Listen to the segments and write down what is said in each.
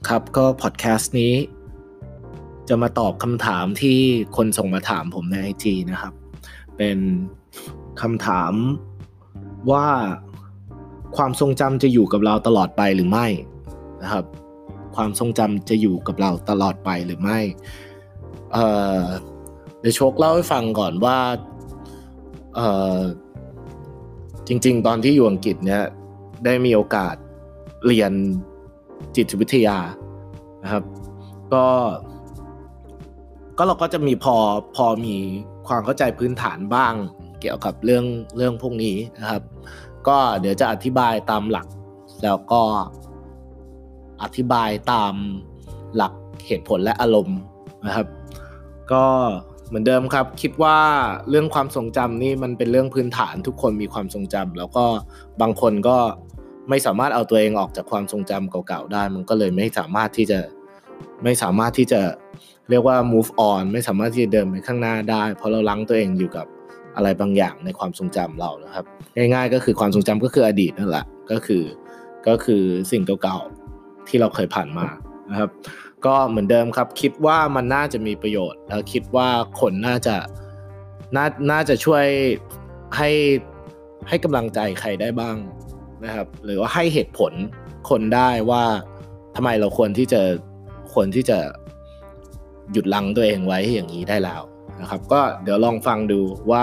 ครับก็พอดแคสต์นี้จะมาตอบคำถามที่คนส่งมาถามผมใน IG นะครับเป็นคำถามว่าความทรงจำจะอยู่กับเราตลอดไปหรือไม่นะครับความทรงจำจะอยู่กับเราตลอดไปหรือไม่เดี๋ยวโชคเล่าให้ฟังก่อนว่าจริงๆตอนที่อยู่อังกฤษเนี่ยได้มีโอกาสเรียนจิตวิทยานะครับก็เราก็จะมีพอมีความเข้าใจพื้นฐานบ้างเกี่ยวกับเรื่องพวกนี้นะครับก็เดี๋ยวจะอธิบายตามหลักแล้วก็อธิบายตามหลักเหตุผลและอารมณ์นะครับก็เหมือนเดิมครับคิดว่าเรื่องความทรงจำนี่มันเป็นเรื่องพื้นฐานทุกคนมีความทรงจำแล้วก็บางคนก็ไม่สามารถเอาตัวเองออกจากความทรงจำเก่าๆได้มันก็เลยไม่สามารถที่จะเรียกว่า move on ไม่สามารถที่จะเดินไปข้างหน้าได้เพราะเราลังตัวเองอยู่กับอะไรบางอย่างในความทรงจำเรานะครับง่ายๆก็คือความทรงจำก็คืออดีตนั่นแหละก็คือสิ่งเก่าๆที่เราเคยผ่านมานะครับก็เหมือนเดิมครับคิดว่ามันน่าจะมีประโยชน์แล้วคิดว่าคนน่าจะช่วยให้กำลังใจใครได้บ้างนะครับหรือว่าให้เหตุผลคนได้ว่าทำไมเราควรที่จะหยุดลังตัวเองไว้อย่างนี้ได้แล้วนะครับก็เดี๋ยวลองฟังดูว่า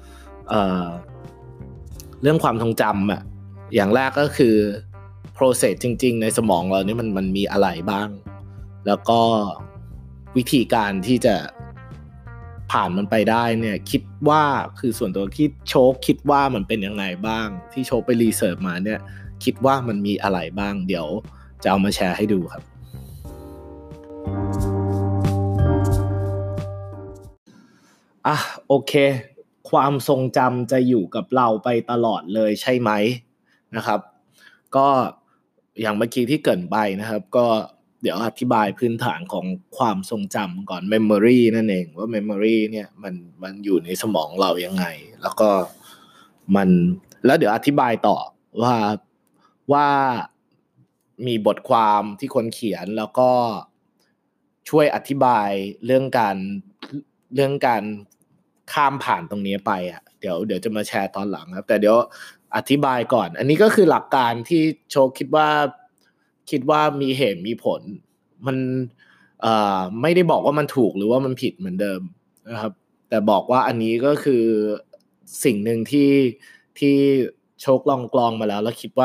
เรื่องความทรงจำอย่างแรกก็คือ process จริงๆในสมองเรานี่มันมีอะไรบ้างแล้วก็วิธีการที่จะผ่านมันไปได้เนี่ยคิดว่าคือส่วนตัวที่โชคคิดว่ามันเป็นยังไงบ้างที่โชคไปรีเสิร์ชมาเนี่ยคิดว่ามันมีอะไรบ้างเดี๋ยวจะเอามาแชร์ให้ดูครับโอเคความทรงจำจะอยู่กับเราไปตลอดเลยใช่ไหมนะครับก็อย่างเมื่อกี้ที่เกริ่นไปนะครับก็เดี๋ยวอธิบายพื้นฐานของความทรงจำก่อน memory นั่นเองว่า memory เนี่ยมันอยู่ในสมองเรายังไงแล้วก็แล้วเดี๋ยวอธิบายต่อว่ามีบทความที่คนเขียนแล้วก็ช่วยอธิบายเรื่องการข้ามผ่านตรงนี้ไปเดี๋ยวจะมาแชร์ตอนหลังครับแต่เดี๋ยวอธิบายก่อนอันนี้ก็คือหลักการที่โชคคิดว่ามีเหตุมีผลมันไม่ได้บอกว่ามันถูกหรือว่ามันผิดเหมือนเดิมนะครับแต่บอกว่าอันนี้ก็คือสิ่งหนึ่งที่โชคลองกลองมาแล้วคิด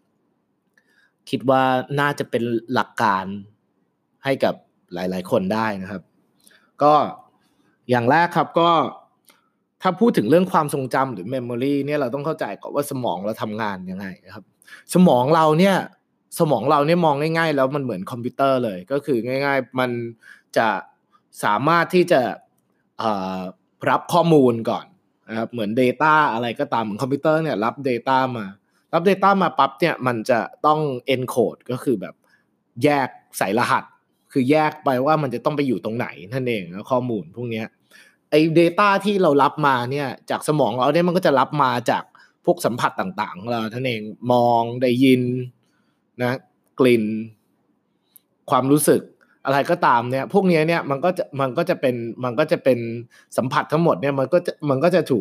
ว่าน่าจะเป็นหลักการให้กับหลายๆคนได้นะครับก็อย่างแรกครับก็ถ้าพูดถึงเรื่องความทรงจำหรือ memory เนี่ยเราต้องเข้าใจก่อนว่าสมองเราทำงานยังไงครับสมองเราเนี่ยมองง่ายๆแล้วมันเหมือนคอมพิวเตอร์เลยก็คือง่ายๆมันจะสามารถที่จะรับข้อมูลก่อนนะครับเหมือน data อะไรก็ตามเหมือนคอมพิวเตอร์เนี่ยรับ data มาปั๊บเนี่ยมันจะต้อง encode ก็คือแบบแยกใส่รหัสคือแยกไปว่ามันจะต้องไปอยู่ตรงไหนนั่นเองแล้วข้อมูลพวกนี้ไอ้ data ที่เรารับมาเนี่ยจากสมองเราเนี่ยมันก็จะรับมาจากพวกสัมผัสต่างๆของเราท่านเองมองได้ยินนะกลิ่นความรู้สึกอะไรก็ตามเนี่ยพวกนี้เนี่ยมันก็จะเป็นสัมผัสทั้งหมดเนี่ยมันก็จะถูก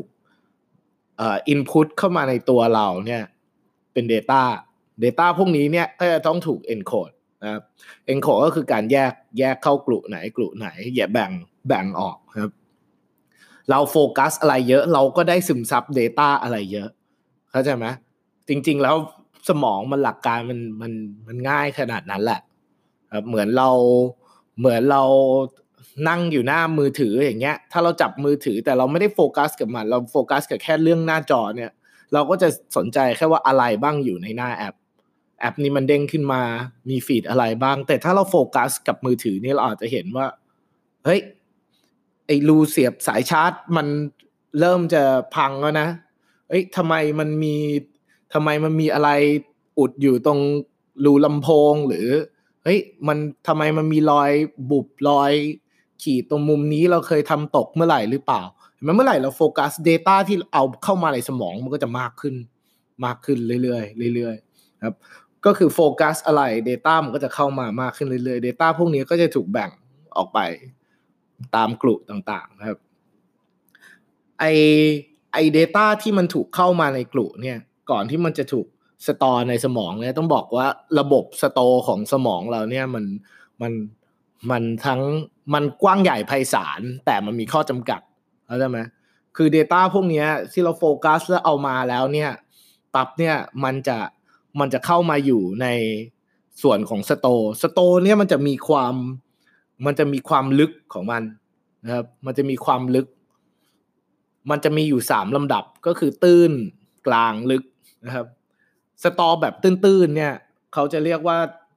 input เข้ามาในตัวเราเนี่ยเป็น data พวกนี้เนี่ยก็จะต้องถูก encode นะครับ encode ก็คือการแยกเข้ากลุ่มไหนแบ่งออกครับเราโฟกัสอะไรเยอะเราก็ได้ซึมซับ data อะไรเยอะเข้าใจไหมจริงๆแล้วสมองมันหลักการมันง่ายขนาดนั้นแหละครับเหมือนเรานั่งอยู่หน้ามือถืออย่างเงี้ยถ้าเราจับมือถือแต่เราไม่ได้โฟกัสกับมันเราโฟกัสกับแค่เรื่องหน้าจอเนี่ยเราก็จะสนใจแค่ว่าอะไรบ้างอยู่ในหน้าแอปนี้มันเด้งขึ้นมามีฟีดอะไรบ้างแต่ถ้าเราโฟกัสกับมือถือนี่เราอาจจะเห็นว่าเฮ้ยไอ้รูเสียบสายชาร์จมันเริ่มจะพังแล้วนะเอ้ยทำไมมันมีอะไรอุดอยู่ตรงรูลำโพงหรือเฮ้ยมันทำไมมันมีรอยบุบรอยขีดตรงมุมนี้เราเคยทำตกเมื่อไหร่หรือเปล่าเมื่อไหร่เราโฟกัส data ที่เอาเข้ามาในสมองมันก็จะมากขึ้นเรื่อยๆครับก็คือโฟกัสอะไร data มันก็จะเข้ามามากขึ้นเรื่อยๆ data พวกนี้ก็จะถูกแบ่งออกไปตามกลุ่มต่างๆนะครับไอ data ที่มันถูกเข้ามาในกลุ่มเนี่ยก่อนที่มันจะถูกสตอร์ในสมองเนี่ยต้องบอกว่าระบบสโตร์ของสมองเราเนี่ยมันทั้งมันกว้างใหญ่ไพศาลแต่มันมีข้อจำกัดเข้าใจไหมคือ data พวกนี้ที่เราโฟกัสแล้วเอามาแล้วเนี่ยปั๊บเนี่ยมันจะเข้ามาอยู่ในส่วนของสโตร์เนี่ยมันจะมีความลึกของมันนะครับมันจะมีความลึกมันจะมีอยู่3ลำดับก็คือตื้นกลางลึกนะครับสตอแบบตื้นๆเนี่ยเขาเรียก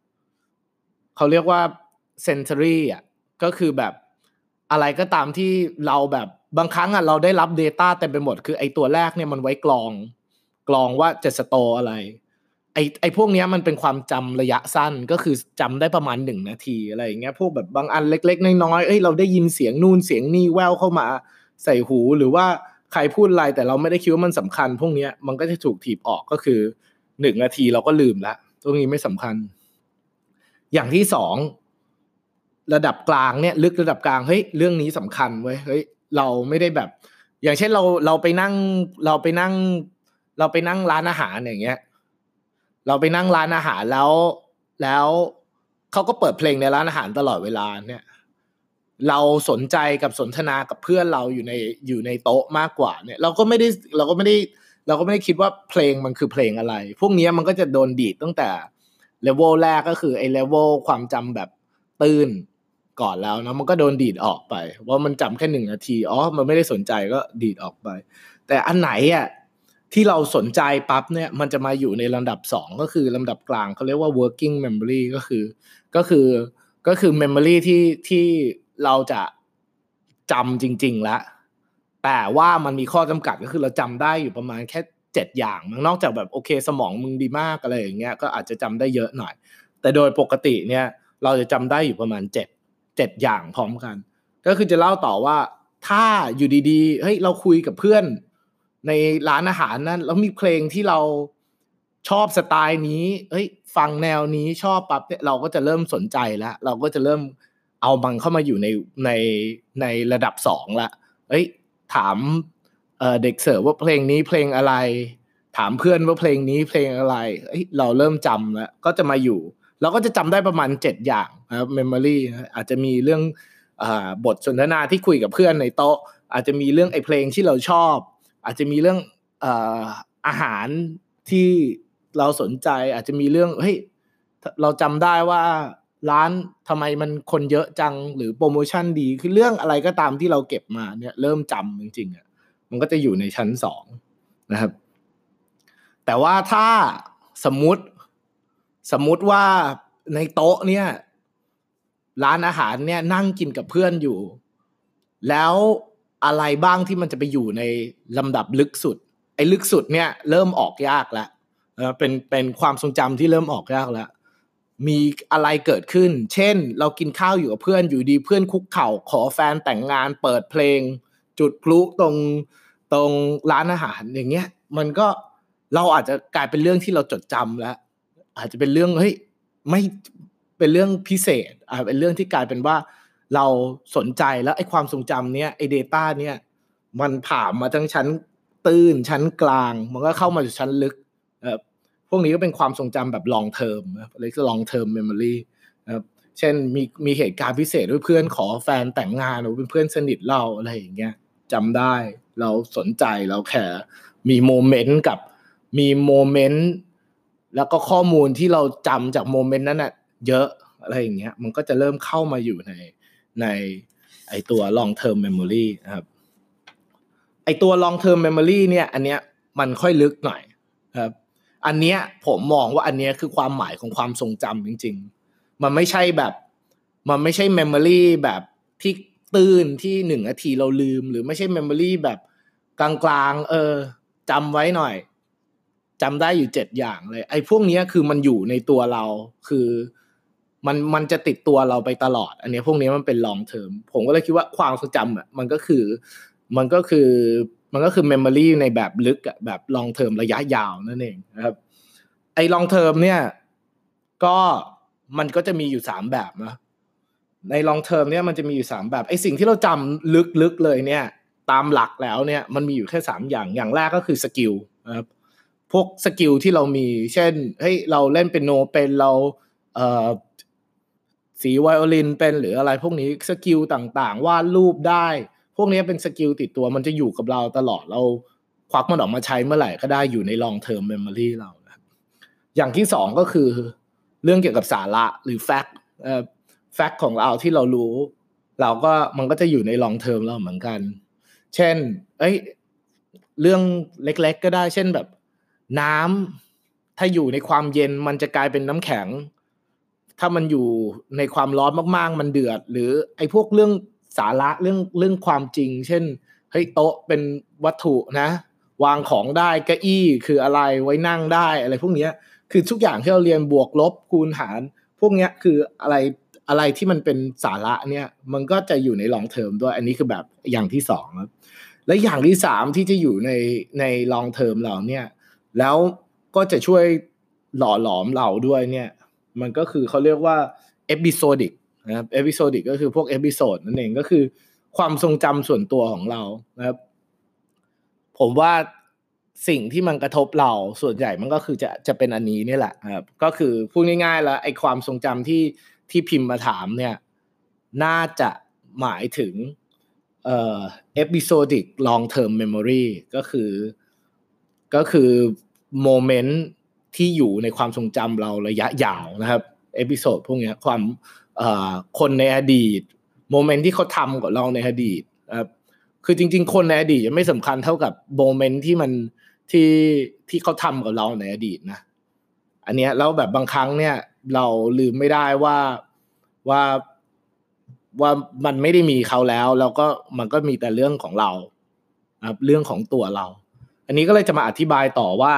ว่าเซนซอรี่อ่ะก็คือแบบอะไรก็ตามที่เราแบบบางครั้งอ่ะเราได้รับ data เต็มไปหมดคือไอตัวแรกเนี่ยมันไว้กรองว่าจะสโตร์อะไรไอพวกนี้มันเป็นความจำระยะสั้นก็คือจำได้ประมาณ1นาทีอะไรอย่างเงี้ยพวกแบบบางอันเล็กๆน้อยๆเราได้ยินเสียงนู่นเสียงนี่แว่วเข้ามาใส่หูหรือว่าใครพูดอะไรแต่เราไม่ได้คิดว่ามันสำคัญพวกนี้มันก็จะถูกถีบออกก็คือ1นาทีเราก็ลืมละตรงนี้ไม่สำคัญอย่างที่2ระดับกลางเนี่ยลึกระดับกลางเฮ้ยเรื่องนี้สำคัญเว้ยเฮ้ยเราไม่ได้แบบอย่างเช่นเราไปนั่งร้านอาหารอย่างเงี้ยเราไปนั่งร้านอาหารแล้วเขาก็เปิดเพลงในร้านอาหารตลอดเวลาเนี่ยเราสนใจกับสนทนากับเพื่อนเราอยู่ในโต๊ะมากกว่าเนี่ยเราก็ไม่ได้คิดว่าเพลงมันคือเพลงอะไรพวกนี้มันก็จะโดนดีดตั้งแต่เลเวลแรกก็คือไอ้เลเวลความจำแบบตื้นก่อนแล้วนะมันก็โดนดีดออกไปว่ามันจำแค่1นาทีมันไม่ได้สนใจก็ดีดออกไปแต่อันไหนอ่ะที่เราสนใจปั๊บเนี่ยมันจะมาอยู่ในลำดับ2ก็คือลำดับกลางเขาเรียกว่า working memory ก็คือ memory ที่เราจะจำจริงๆแล้วแต่ว่ามันมีข้อจำกัดก็คือเราจำได้อยู่ประมาณแค่7อย่างนอกจากแบบโอเคสมองมึงดีมากอะไรอย่างเงี้ยก็อาจจะจำได้เยอะหน่อยแต่โดยปกติเนี่ยเราจะจำได้อยู่ประมาณ7อย่างพร้อมกันก็คือจะเล่าต่อว่าถ้าอยู่ดีๆเฮ้ยเราคุยกับเพื่อนในร้านอาหารนั้นแล้วมีเพลงที่เราชอบสไตล์นี้เฮ้ยฟังแนวนี้ชอบปั๊บเนี่ยเราก็จะเริ่มสนใจแล้วเราก็จะเริ่มเอามันเข้ามาอยู่ในระดับ2แล้วเฮ้ยถามเด็กเสิร์ฟว่าเพลงนี้เพลงอะไรถามเพื่อนว่าเพลงนี้เพลงอะไรเฮ้ยเราเริ่มจำแล้วก็จะมาอยู่เราก็จะจำได้ประมาณ7อย่างนะครับ memory อาจจะมีเรื่องบทสนทนาที่คุยกับเพื่อนในโต๊ะอาจจะมีเรื่องไอ้เพลงที่เราชอบอาจจะมีเรื่องอาหารที่เราสนใจอาจจะมีเรื่องเฮ้ยเราจำได้ว่าร้านทำไมมันคนเยอะจังหรือโปรโมชั่นดีคือเรื่องอะไรก็ตามที่เราเก็บมาเนี่ยเริ่มจำจริงๆอ่ะมันก็จะอยู่ในชั้น2นะครับแต่ว่าถ้าสมมุติว่าในโต๊ะเนี่ยร้านอาหารเนี่ยนั่งกินกับเพื่อนอยู่แล้วอะไรบ้างที่มันจะไปอยู่ในลำดับลึกสุดไอ้ลึกสุดเนี่ยเริ่มออกยากแล้วเป็นความทรงจำที่เริ่มออกยากแล้วมีอะไรเกิดขึ้นเช่นเรากินข้าวอยู่กับเพื่อนอยู่ดีเพื่อนคุกเข่าขอแฟนแต่งงานเปิดเพลงจุดพลุตรงร้านอาหารอย่างเงี้ยมันก็เราอาจจะกลายเป็นเรื่องที่เราจดจำแล้วอาจจะเป็นเรื่องเฮ้ยไม่เป็นเรื่องพิเศษเป็นเรื่องที่กลายเป็นว่าเราสนใจแล้วไอ้ความทรงจำเนี้ยไอ้ data เนี่ยมันผ่านมาทั้งชั้นตื้นชั้นกลางมันก็เข้ามาสู่ชั้นลึกพวกนี้ก็เป็นความทรงจำแบบ long term เรียกว่า long term memory นะครับเช่นมีเหตุการณ์พิเศษด้วยเพื่อนขอแฟนแต่งงานหรือเป็นเพื่อนสนิทเราอะไรอย่างเงี้ยจำได้เราสนใจเราแค่มีโมเมนต์แล้วก็ข้อมูลที่เราจำจากโมเมนต์นั้นน่ะเยอะอะไรอย่างเงี้ยมันก็จะเริ่มเข้ามาอยู่ในไอตัว long term memory นะครับไอตัว long term memory เนี่ยอันเนี้ยมันค่อยลึกหน่อยครับอันเนี้ยผมมองว่าอันเนี้ยคือความหมายของความทรงจำจริงๆมันไม่ใช่ memory แบบที่ตื้นที่1นาทีเราลืมหรือไม่ใช่ memory แบบกลางๆจำไว้หน่อยจำได้อยู่7อย่างเลยไอ้พวกนี้คือมันอยู่ในตัวเราคือมันจะติดตัวเราไปตลอดอันนี้พวกนี้มันเป็น long term ผมก็เลยคิดว่าความทรงจำอ่ะมันก็คือmemory ในแบบลึกอ่ะแบบ long term ระยะยาวนั่นเองนะครับไอ้ long term เนี่ยก็มันก็จะมีอยู่3แบบนะใน long term เนี่ยมันจะมีอยู่3แบบไอ้สิ่งที่เราจำลึกๆเลยเนี่ยตามหลักแล้วเนี่ยมันมีอยู่แค่3อย่างแรกก็คือสกิลนะครับพวกสกิลที่เรามีเช่นเฮ้ยเราเล่นเปียโนเป็นเราสีไวโอลินเป็นหรืออะไรพวกนี้สกิลต่างๆวาดรูปได้พวกนี้เป็นสกิลติดตัวมันจะอยู่กับเราตลอดเราควักมันออกมาใช้เมื่อไหร่ก็ได้อยู่ใน long term memory เรานะครับอย่างที่2ก็คือเรื่องเกี่ยวกับสาระหรือ fact ของเราที่เรารู้เราก็มันก็จะอยู่ใน long term เราเหมือนกันเช่นเรื่องเล็กๆก็ได้เช่นแบบน้ำถ้าอยู่ในความเย็นมันจะกลายเป็นน้ำแข็งถ้ามันอยู่ในความร้อนมากๆมันเดือดหรือไอ้พวกเรื่องสาระเรื่องความจริงเช่นเฮ้ยโต๊ะเป็นวัตถุนะวางของได้เก้าอี้คืออะไรไว้นั่งได้อะไรพวกนี้คือทุกอย่างที่เราเรียนบวกลบคูณหารพวกนี้คืออะไรที่มันเป็นสาระเนี่ยมันก็จะอยู่ใน long term ด้วยอันนี้คือแบบอย่างที่2ครับและอย่างที่3ที่จะอยู่ใน long term เราเนี่ยแล้วก็จะช่วยหล่อหลอมเราด้วยเนี่ยมันก็คือเขาเรียกว่า episodic นะครับ episodic ก็คือพวก episode นั่นเองก็คือความทรงจำส่วนตัวของเรานะครับผมว่าสิ่งที่มันกระทบเราส่วนใหญ่มันก็คือจะเป็นอันนี้นี่แหละครับก็คือพูดง่ายๆแล้วไอ้ความทรงจำที่พิมพ์มาถามเนี่ยน่าจะหมายถึงepisodic long term memory ก็คือโมเมนต์ที่อยู่ในความทรงจำเราระยะยาวนะครับเอพิโซดพวกนี้ความคนในอดีตโมเมนต์ที่เขาทำกับเราในอดีตนะครับคือจริงๆคนในอดีตยังไม่สำคัญเท่ากับโมเมนต์ที่มันที่เขาทำกับเราในอดีตนะอันเนี้ยแล้วแบบบางครั้งเนี่ยเราลืมไม่ได้ว่ามันไม่ได้มีเขาแล้วก็มันก็มีแต่เรื่องของเราครับเรื่องของตัวเราอันนี้ก็เลยจะมาอธิบายต่อว่า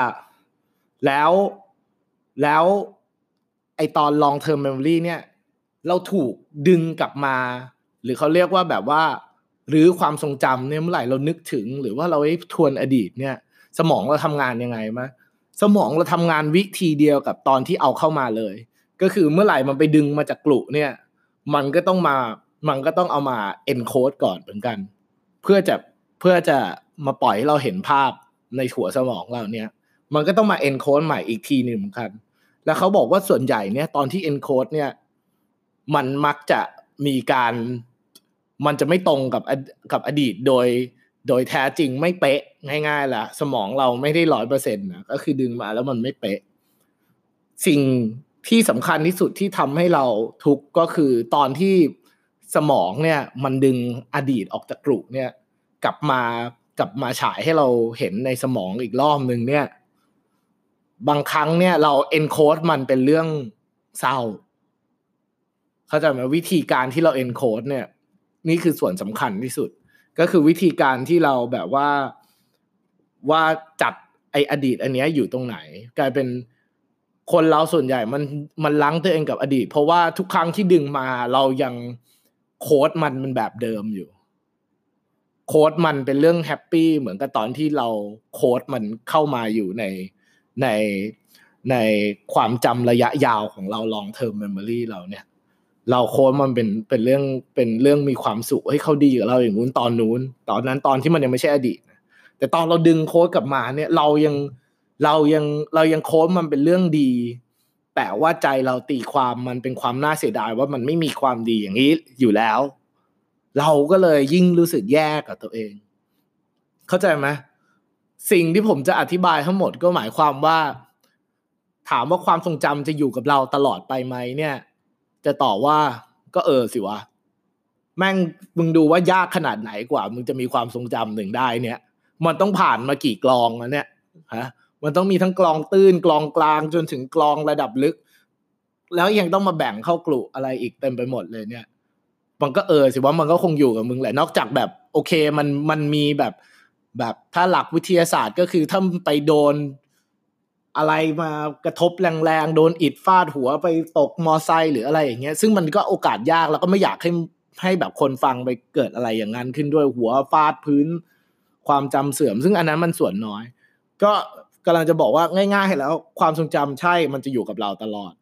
แล้วไอตอน long term memory เนี่ยเราถูกดึงกลับมาหรือเขาเรียกว่าแบบว่าหรือความทรงจำเนี่ยเมื่อไหร่เรานึกถึงหรือว่าเราได้ทวนอดีตเนี่ยสมองเราทำงานยังไงมั้ยสมองเราทำงานวิธีเดียวกับตอนที่เอาเข้ามาเลยก็คือเมื่อไหร่มันไปดึงมาจากกลุ่เนี่ยมันก็ต้องเอามา encode ก่อนเหมือนกันเพื่อจะมาปล่อยให้เราเห็นภาพในหัวสมองเราเนี่ยมันก็ต้องมา encode ใหม่อีกทีนึงเหมือนกันแล้วเขาบอกว่าส่วนใหญ่เนี่ยตอนที่ encode เนี่ยมันมักจะมีการมันจะไม่ตรงกับอดีตโดยแท้จริงไม่เป๊ะง่ายๆล่ะสมองเราไม่ได้ 100% นะก็คือดึงมาแล้วมันไม่เป๊ะสิ่งที่สำคัญที่สุดที่ทำให้เราทุกข์ก็คือตอนที่สมองเนี่ยมันดึงอดีตออกจากกลุ่มเนี่ยกลับมาฉายให้เราเห็นในสมองอีกรอบนึงเนี่ยบางครั้งเนี่ยเรา encode มันเป็นเรื่องเศร้าเข้าใจไหมวิธีการที่เรา encode เนี่ยนี่คือส่วนสำคัญที่สุดก็คือวิธีการที่เราแบบว่าจัดไอ้อดีตอันเนี้ยอยู่ตรงไหนกลายเป็นคนเราส่วนใหญ่มันลั้งตัวเองกับอดีตเพราะว่าทุกครั้งที่ดึงมาเรายังโค้ดมันแบบเดิมอยู่โค้ดมันเป็นเรื่องแฮปปี้เหมือนกับตอนที่เราโค้ดมันเข้ามาอยู่ในความจำระยะยาวของเรา long term memory เราเนี่ยเราโค้ดมันเป็นเรื่องมีความสุขให้เขาดีกับเราอย่างนู้นตอนนู้นตอนนั้นตอนที่มันยังไม่ใช่อดีตแต่ตอนเราดึงโค้ดกลับมาเนี่ยเรายังโค้ดมันเป็นเรื่องดีแต่ว่าใจเราตีความมันเป็นความน่าเสียดายว่ามันไม่มีความดีอย่างนี้อยู่แล้วเราก็เลยยิ่งรู้สึกแย่กับตัวเองเข้าใจไหมสิ่งที่ผมจะอธิบายทั้งหมดก็หมายความว่าถามว่าความทรงจำจะอยู่กับเราตลอดไปไหมเนี่ยจะตอบว่าก็สิวะแม่งมึงดูว่ายากขนาดไหนกว่ามึงจะมีความทรงจำหนึ่งได้เนี่ยมันต้องผ่านมากี่กลองแล้วเนี่ยฮะมันต้องมีทั้งกลองตื้นกลองกลางจนถึงกลองระดับลึกแล้วยังต้องมาแบ่งเข้ากลุ่มอะไรอีกเต็มไปหมดเลยเนี่ยมันก็สิว่ามันก็คงอยู่กับมึงแหละนอกจากแบบโอเคมันมีแบบถ้าหลักวิทยาศาสตร์ก็คือถ้าไปโดนอะไรมากระทบแรงๆโดนอิฐฟาดหัวไปตกมอไซค์หรืออะไรอย่างเงี้ยซึ่งมันก็โอกาสยากแล้วก็ไม่อยากให้แบบคนฟังไปเกิดอะไรอย่างนั้นขึ้นด้วยหัวฟาดพื้นความจำเสื่อมซึ่งอันนั้นมันส่วนน้อยก็กำลังจะบอกว่าง่ายๆแล้วความทรงจำใช่มันจะอยู่กับเราตลอด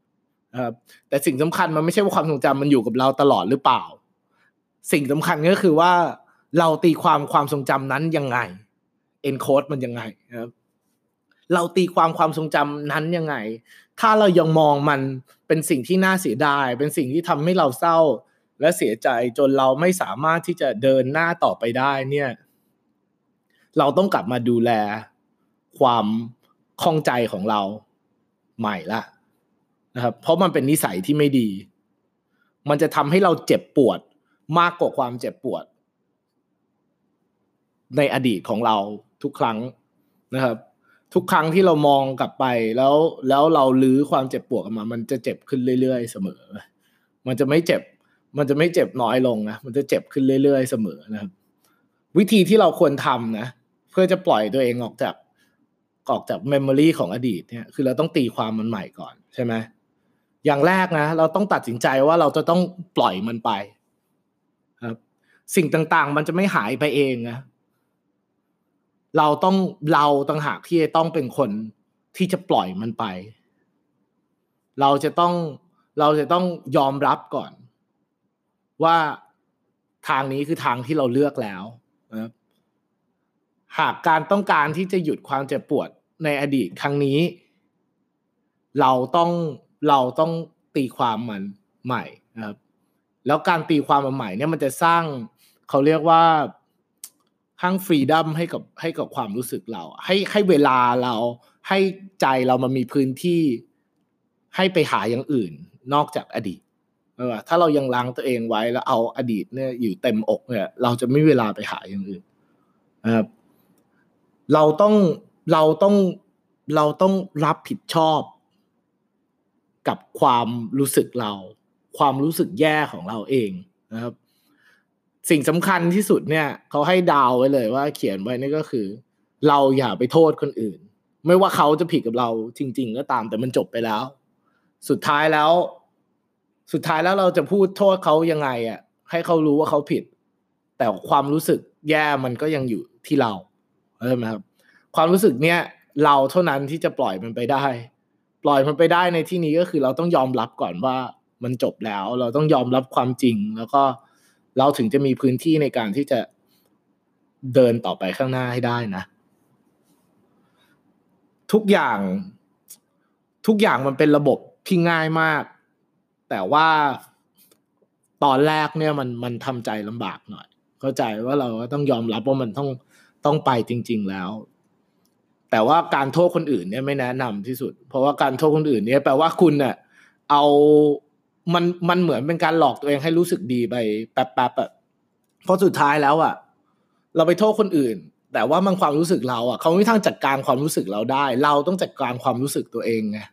นะครับแต่สิ่งสำคัญมันไม่ใช่ว่าความทรงจำมันอยู่กับเราตลอดหรือเปล่าสิ่งสำคัญก็คือว่าเราตีความทรงจำนั้นยังไง encode มันยังไงนะครับเราตีความทรงจำนั้นยังไงถ้าเรายังมองมันเป็นสิ่งที่น่าเสียดายเป็นสิ่งที่ทำให้เราเศร้าและเสียใจจนเราไม่สามารถที่จะเดินหน้าต่อไปได้เนี่ยเราต้องกลับมาดูแลความข้องใจของเราใหม่ละนะครับเพราะมันเป็นนิสัยที่ไม่ดีมันจะทำให้เราเจ็บปวดมากกว่าความเจ็บปวดในอดีตของเราทุกครั้งนะครับทุกครั้งที่เรามองกลับไปแล้วเราลื้อความเจ็บปวดออกมามันจะเจ็บขึ้นเรื่อยๆเสมอมันจะไม่เจ็บน้อยลงนะมันจะเจ็บขึ้นเรื่อยๆเสมอนะครับวิธีที่เราควรทำนะเพื่อจะปล่อยตัวเองออกจากเมมโมรีของอดีตเนี่ยคือเราต้องตีความมันใหม่ก่อนใช่ไหมอย่างแรกนะเราต้องตัดสินใจว่าเราจะต้องปล่อยมันไปครับสิ่งต่างๆมันจะไม่หายไปเองนะเราต่างหากที่จะต้องเป็นคนที่จะปล่อยมันไปเราจะต้องยอมรับก่อนว่าทางนี้คือทางที่เราเลือกแล้วนะครับหากการต้องการที่จะหยุดความเจ็บปวดในอดีตครั้งนี้เราต้องตีความมันใหม่นะครับแล้วการตีความมันใหม่เนี่ยมันจะสร้างเขาเรียกว่าทั้งฟรีดัมให้กับความรู้สึกเราให้เวลาเราให้ใจเรามันมีพื้นที่ให้ไปหาอย่างอื่นนอกจากอดีตถ้าเรายังล้างตัวเองไว้แล้วเอาอดีตเนี่ยอยู่เต็มอกเนี่ยเราจะไม่มีเวลาไปหาอย่างอื่นนะครับเราต้องรับผิดชอบกับความรู้สึกเราความรู้สึกแย่ของเราเองนะครับสิ่งสำคัญที่สุดเนี่ยเขาให้ดาวไว้เลยว่าเขียนไว้นี่ก็คือเราอย่าไปโทษคนอื่นไม่ว่าเขาจะผิดกับเราจริงๆก็ตามแต่มันจบไปแล้วสุดท้ายแล้วเราจะพูดโทษเขายังไงอ่ะให้เขารู้ว่าเขาผิดแต่ความรู้สึกแย่มันก็ยังอยู่ที่เราใช่ไหมครับความรู้สึกเนี้ยเราเท่านั้นที่จะปล่อยมันไปได้ในที่นี้ก็คือเราต้องยอมรับก่อนว่ามันจบแล้วเราต้องยอมรับความจริงแล้วก็เราถึงจะมีพื้นที่ในการที่จะเดินต่อไปข้างหน้าให้ได้นะทุกอย่างมันเป็นระบบที่ง่ายมากแต่ว่าตอนแรกเนี่ยมันทำใจลำบากหน่อยเข้าใจว่าเราต้องยอมรับว่ามันต้องไปจริงๆแล้วแต่ว่าการโทษคนอื่นเนี่ยไม่แนะนำที่สุดเพราะว่าการโทษคนอื่นเนี่ยแปลว่าคุณเนี่ยเอามันเหมือนเป็นการหลอกตัวเองให้รู้สึกดีไปแป๊บๆอ่ะเพราะสุดท้ายแล้วอ่ะเราไปโทษคนอื่นแต่ว่ามันความรู้สึกเราอ่ะเขาไม่มีทางจัดการความรู้สึกเราได้เราต้องจัดการความรู้สึกตัวเองไง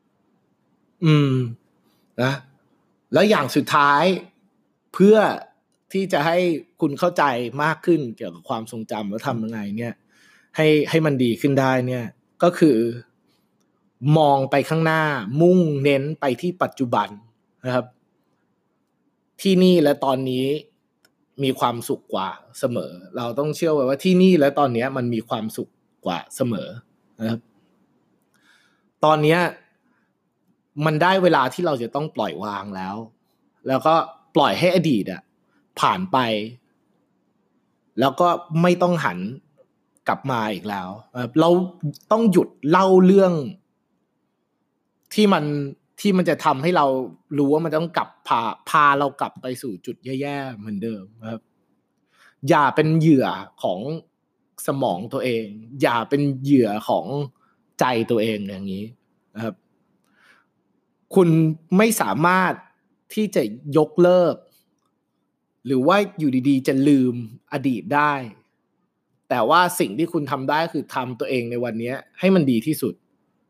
นะแล้วอย่างสุดท้ายเพื่อที่จะให้คุณเข้าใจมากขึ้นเกี่ยวกับความทรงจำแล้วทำยังไงเนี่ยให้มันดีขึ้นได้เนี่ยก็คือมองไปข้างหน้ามุ่งเน้นไปที่ปัจจุบันนะครับที่นี่และตอนนี้มีความสุขกว่าเสมอเราต้องเชื่อไว้ว่าที่นี่และตอนนี้มันมีความสุขกว่าเสมอนะครับตอนนี้มันได้เวลาที่เราจะต้องปล่อยวางแล้วก็ปล่อยให้อดีตผ่านไปแล้วก็ไม่ต้องหันกลับมาอีกแล้วเราต้องหยุดเล่าเรื่องที่มันจะทำให้เรารู้ว่ามันต้องกลับพาเรากลับไปสู่จุดแย่ๆเหมือนเดิมครับอย่าเป็นเหยื่อของสมองตัวเองอย่าเป็นเหยื่อของใจตัวเองอย่างนี้นะครับคุณไม่สามารถที่จะยกเลิกหรือว่าอยู่ดีๆจะลืมอดีตได้แต่ว่าสิ่งที่คุณทำได้คือทำตัวเองในวันนี้ให้มันดีที่สุด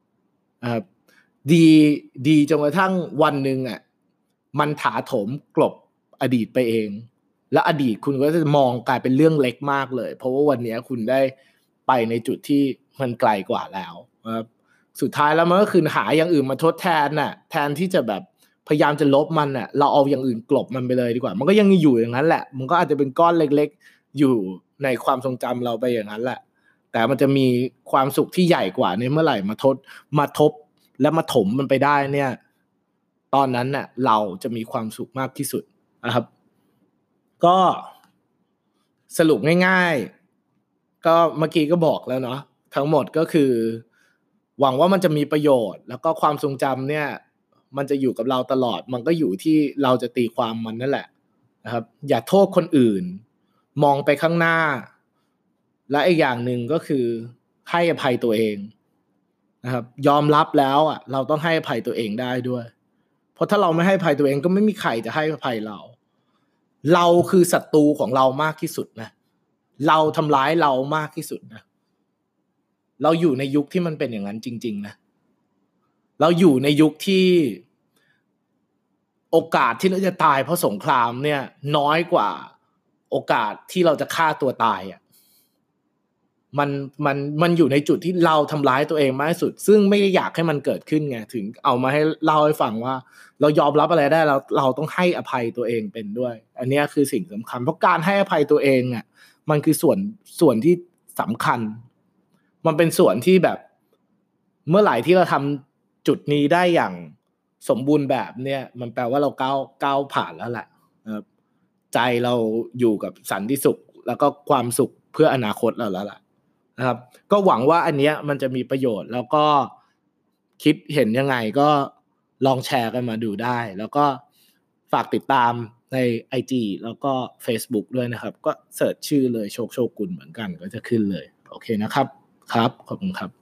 ดีจนกระทั่งวันหนึ่งมันถาโถมกลบอดีตไปเองและอดีตคุณก็จะมองกลายเป็นเรื่องเล็กมากเลยเพราะว่าวันนี้คุณได้ไปในจุดที่มันไกลกว่าแล้วครับสุดท้ายแล้วมันก็คือหาอย่างอื่นมาทดแทนแทนที่จะแบบพยายามจะลบมันเราเอาอย่างอื่นกลบมันไปเลยดีกว่ามันก็ยังอยู่อย่างนั้นแหละมันก็อาจจะเป็นก้อนเล็กๆอยู่ในความทรงจำเราไปอย่างนั้นแหละแต่มันจะมีความสุขที่ใหญ่กว่าในเมื่อไหร่มาทบและมาถมมันไปได้เนี่ยตอนนั้นน่ะเราจะมีความสุขมากที่สุดนะครับก็สรุปง่ายๆก็เมื่อกี้ก็บอกแล้วเนาะทั้งหมดก็คือหวังว่ามันจะมีประโยชน์แล้วก็ความทรงจำเนี่ยมันจะอยู่กับเราตลอดมันก็อยู่ที่เราจะตีความมันนั่นแหละนะครับอย่าโทษคนอื่นมองไปข้างหน้าและอีกอย่างหนึ่งก็คือให้อภัยตัวเองนะครับยอมรับแล้วอ่ะเราต้องให้อภัยตัวเองได้ด้วยเพราะถ้าเราไม่ให้อภัยตัวเองก็ไม่มีใครจะให้อภัยเราเราคือศัตรูของเรามากที่สุดนะเราทำร้ายเรามากที่สุดนะเราอยู่ในยุคที่มันเป็นอย่างนั้นจริงๆนะเราอยู่ในยุคที่โอกาสที่เราจะตายเพราะสงครามเนี่ยน้อยกว่าโอกาสที่เราจะฆ่าตัวตายอ่ะมันอยู่ในจุดที่เราทำร้ายตัวเองมากที่สุดซึ่งไม่ได้อยากให้มันเกิดขึ้นไงถึงเอามาให้เล่าให้ฟังว่าเรายอมรับอะไรได้เราต้องให้อภัยตัวเองเป็นด้วยอันนี้คือสิ่งสำคัญเพราะการให้อภัยตัวเองอ่ะมันคือส่วนที่สำคัญมันเป็นส่วนที่แบบเมื่อไหร่ที่เราทำจุดนี้ได้อย่างสมบูรณ์แบบเนี่ยมันแปลว่าเราก้าวผ่านแล้วแหละนะครับใจเราอยู่กับสันติสุขแล้วก็ความสุขเพื่ออนาคตเราแล้วล่ะนะครับก็หวังว่าอันเนี้ยมันจะมีประโยชน์แล้วก็คิดเห็นยังไงก็ลองแชร์กันมาดูได้แล้วก็ฝากติดตามใน IG แล้วก็ Facebook ด้วยนะครับก็เสิร์ชชื่อเลยโชคโชกุลเหมือนกันก็จะขึ้นเลยโอเคนะครับครับขอบคุณครับ